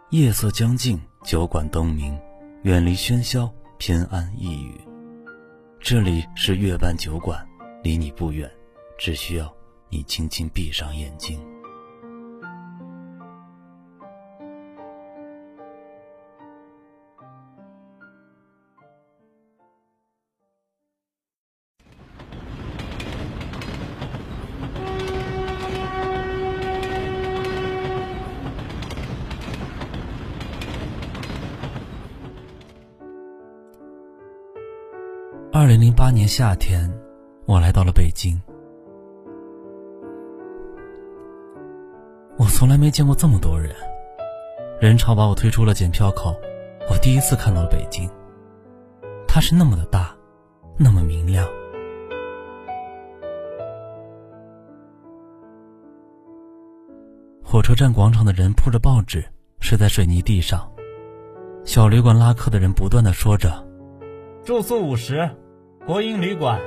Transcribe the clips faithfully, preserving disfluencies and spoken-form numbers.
夜色将尽，酒馆灯明，远离喧嚣，偏安一隅。这里是月半酒馆，离你不远，只需要你轻轻闭上眼睛。二零零八年夏天，我来到了北京。我从来没见过这么多人，人潮把我推出了检票口。我第一次看到了北京，它是那么的大，那么明亮。火车站广场的人铺着报纸，睡在水泥地上。小旅馆拉客的人不断地说着： 住宿五十，国营旅馆。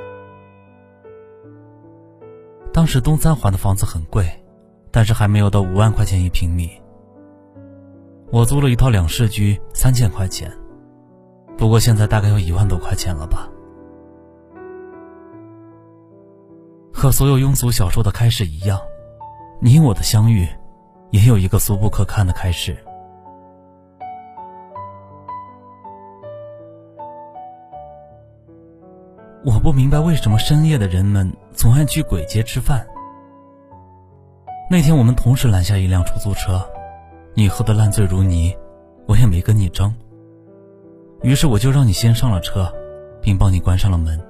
当时东三环的房子很贵，但是还没有到五万块钱一平米。我租了一套两室居，三千块钱，不过现在大概有一万多块钱了吧。和所有庸俗小说的开始一样，你我的相遇也有一个俗不可堪的开始。我不明白为什么深夜的人们总爱去簋街吃饭。那天我们同时拦下一辆出租车，你喝得烂醉如泥，我也没跟你争，于是我就让你先上了车，并帮你关上了门。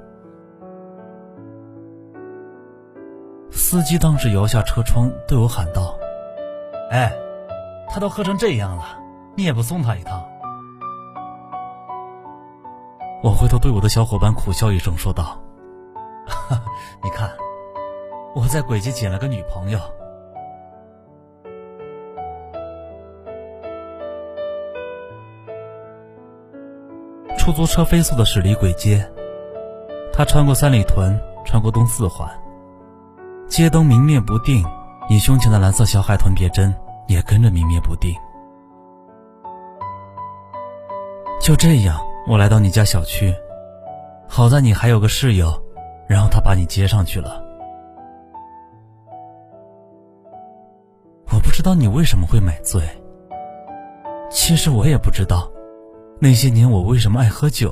司机当时摇下车窗对我喊道： 哎，他都喝成这样了，你也不送他一趟？ 我回头对我的小伙伴苦笑一声说道： 你看，我在簋街捡了个女朋友。 出租车飞速地驶离簋街，他穿过三里屯，穿过东四环，街灯明灭不定，你胸前的蓝色小海豚别针也跟着明灭不定。就这样，我来到你家小区，好在你还有个室友，然后他把你接上去了。我不知道你为什么会买醉，其实我也不知道那些年我为什么爱喝酒。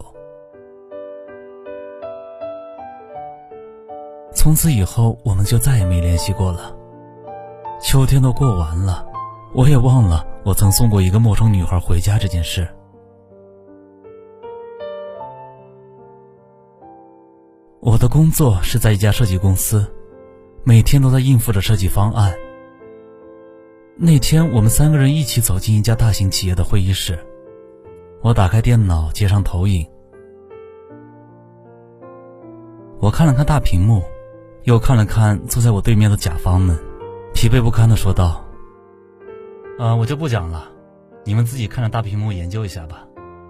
从此以后我们就再也没联系过了。秋天都过完了，我也忘了我曾送过一个陌生女孩回家这件事。我的工作是在一家设计公司，每天都在应付着设计方案。那天我们三个人一起走进一家大型企业的会议室，我打开电脑接上投影，我看了看大屏幕，又看了看坐在我对面的甲方们，疲惫不堪地说道： 啊、呃，我就不讲了，你们自己看着大屏幕研究一下吧。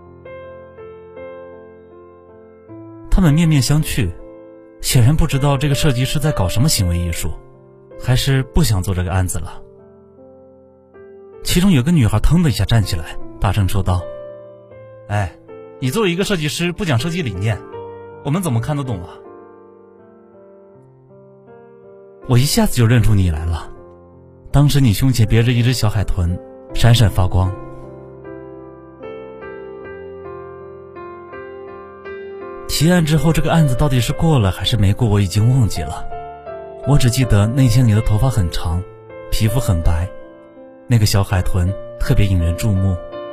他们面面相觑，显然不知道这个设计师在搞什么行为艺术，还是不想做这个案子了。其中有个女孩腾的一下站起来，大声说道： 哎，你作为一个设计师不讲设计理念，我们怎么看得懂啊？ 我一下子就认出你来了，当时你胸前别着一只小海豚，闪闪发光。提案之后，这个案子到底是过了还是没过，我已经忘记了。我只记得那天你的头发很长，皮肤很白，那个小海豚特别引人注目。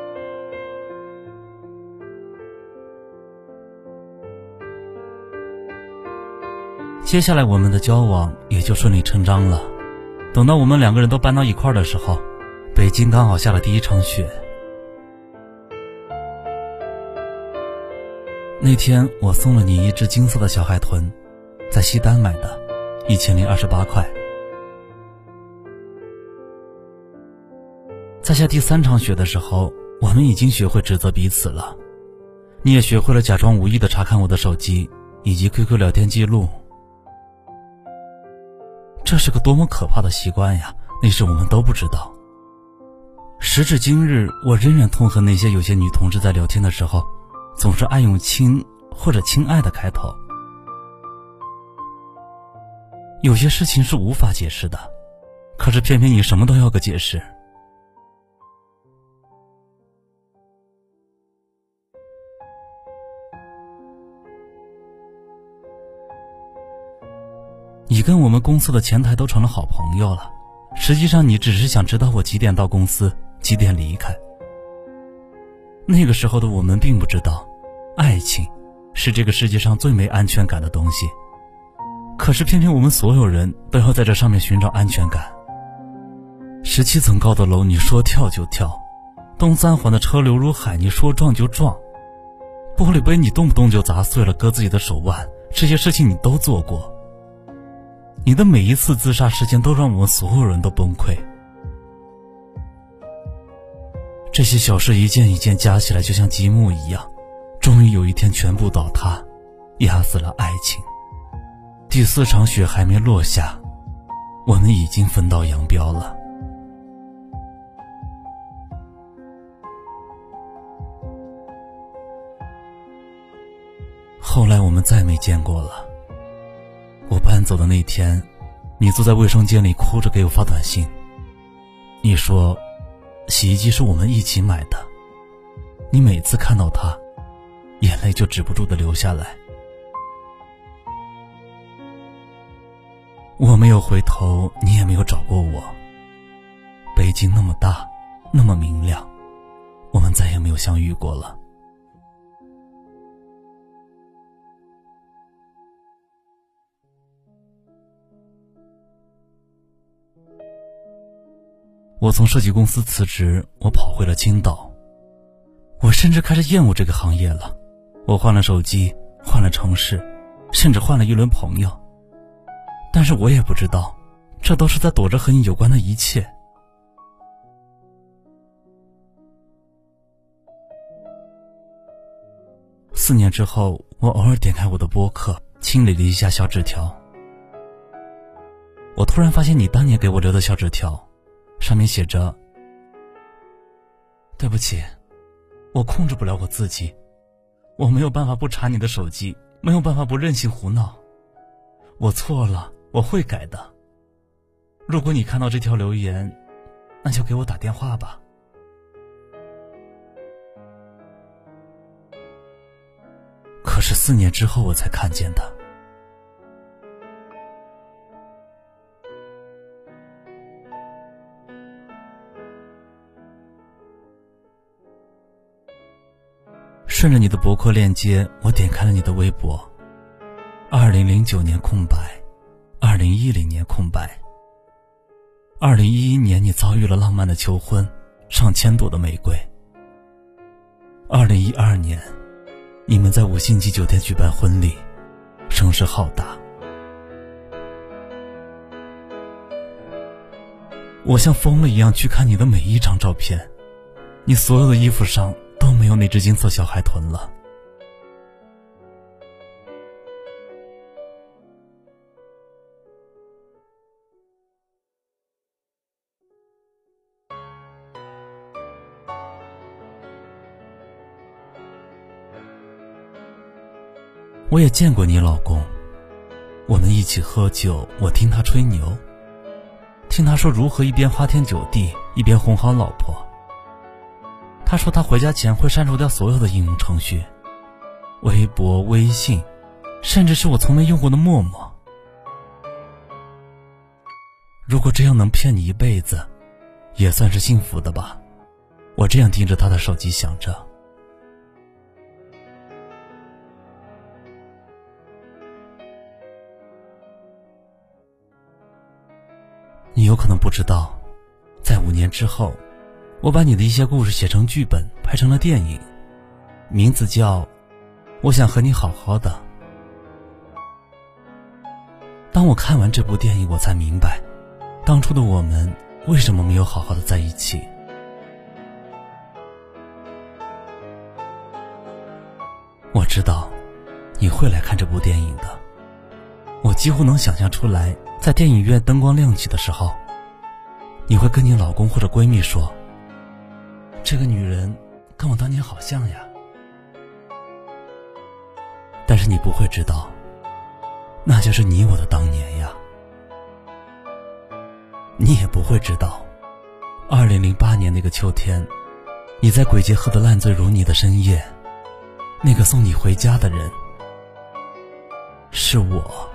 接下来我们的交往也就顺理成章了。等到我们两个人都搬到一块儿的时候，北京刚好下了第一场雪。那天我送了你一只金色的小海豚，在西单买的，一千零二十八块。在下第三场雪的时候，我们已经学会指责彼此了。你也学会了假装无意地查看我的手机以及 Q Q 聊天记录。这是个多么可怕的习惯呀，那时我们都不知道。 时至今日，我仍然痛恨那些有些女同志在聊天的时候，总是爱用亲或者亲爱的开头。有些事情是无法解释的，可是偏偏你什么都要个解释。你跟我们公司的前台都成了好朋友了，实际上你只是想知道我几点到公司，几点离开。那个时候的我们并不知道，爱情是这个世界上最没安全感的东西，可是偏偏我们所有人都要在这上面寻找安全感。十七层高的楼你说跳就跳，东三环的车流如海，你说撞就撞，玻璃杯你动不动就砸碎了割自己的手腕，这些事情你都做过。你的每一次自杀事件都让我们所有人都崩溃。这些小事一件一件加起来就像积木一样，终于有一天全部倒塌，压死了爱情。第四场雪还没落下，我们已经分道扬镳了。后来我们再没见过了。我搬走的那天，你坐在卫生间里哭着给我发短信，你说洗衣机是我们一起买的，你每次看到它，眼泪就止不住地流下来。我没有回头，你也没有找过我。北京那么大，那么明亮，我们再也没有相遇过了。我从设计公司辞职，我跑回了青岛。我甚至开始厌恶这个行业了。我换了手机，换了城市，甚至换了一轮朋友。但是我也不知道，这都是在躲着和你有关的一切。四年之后，我偶尔点开我的播客，清理了一下小纸条。我突然发现你当年给我留的小纸条，上面写着：对不起，我控制不了我自己，我没有办法不查你的手机，没有办法不任性胡闹，我错了，我会改的。如果你看到这条留言，那就给我打电话吧。可是四年之后我才看见的。顺着你的博客链接，我点开了你的微博。二零零九年空白，二零一零年空白。二零一一年你遭遇了浪漫的求婚，上千朵的玫瑰。二零一二年，你们在五星级酒店举办婚礼，声势浩大。我像疯了一样去看你的每一张照片，你所有的衣服上都没有那只金色小海豚了。我也见过你老公，我们一起喝酒，我听他吹牛，听他说如何一边花天酒地，一边哄好老婆。他说他回家前会删除掉所有的应用程序，微博、微信，甚至是我从没用过的陌陌。如果这样能骗你一辈子，也算是幸福的吧。我这样盯着他的手机想着。你有可能不知道，在五年之后，我把你的一些故事写成剧本，拍成了电影，名字叫《我想和你好好的》。当我看完这部电影，我才明白，当初的我们为什么没有好好的在一起。我知道你会来看这部电影的，我几乎能想象出来，在电影院灯光亮起的时候，你会跟你老公或者闺蜜说， 这个女人跟我当年好像呀。 但是你不会知道，那就是你我的当年呀。你也不会知道，二零零八年那个秋天，你在鬼街喝得烂醉如泥的深夜，那个送你回家的人是我。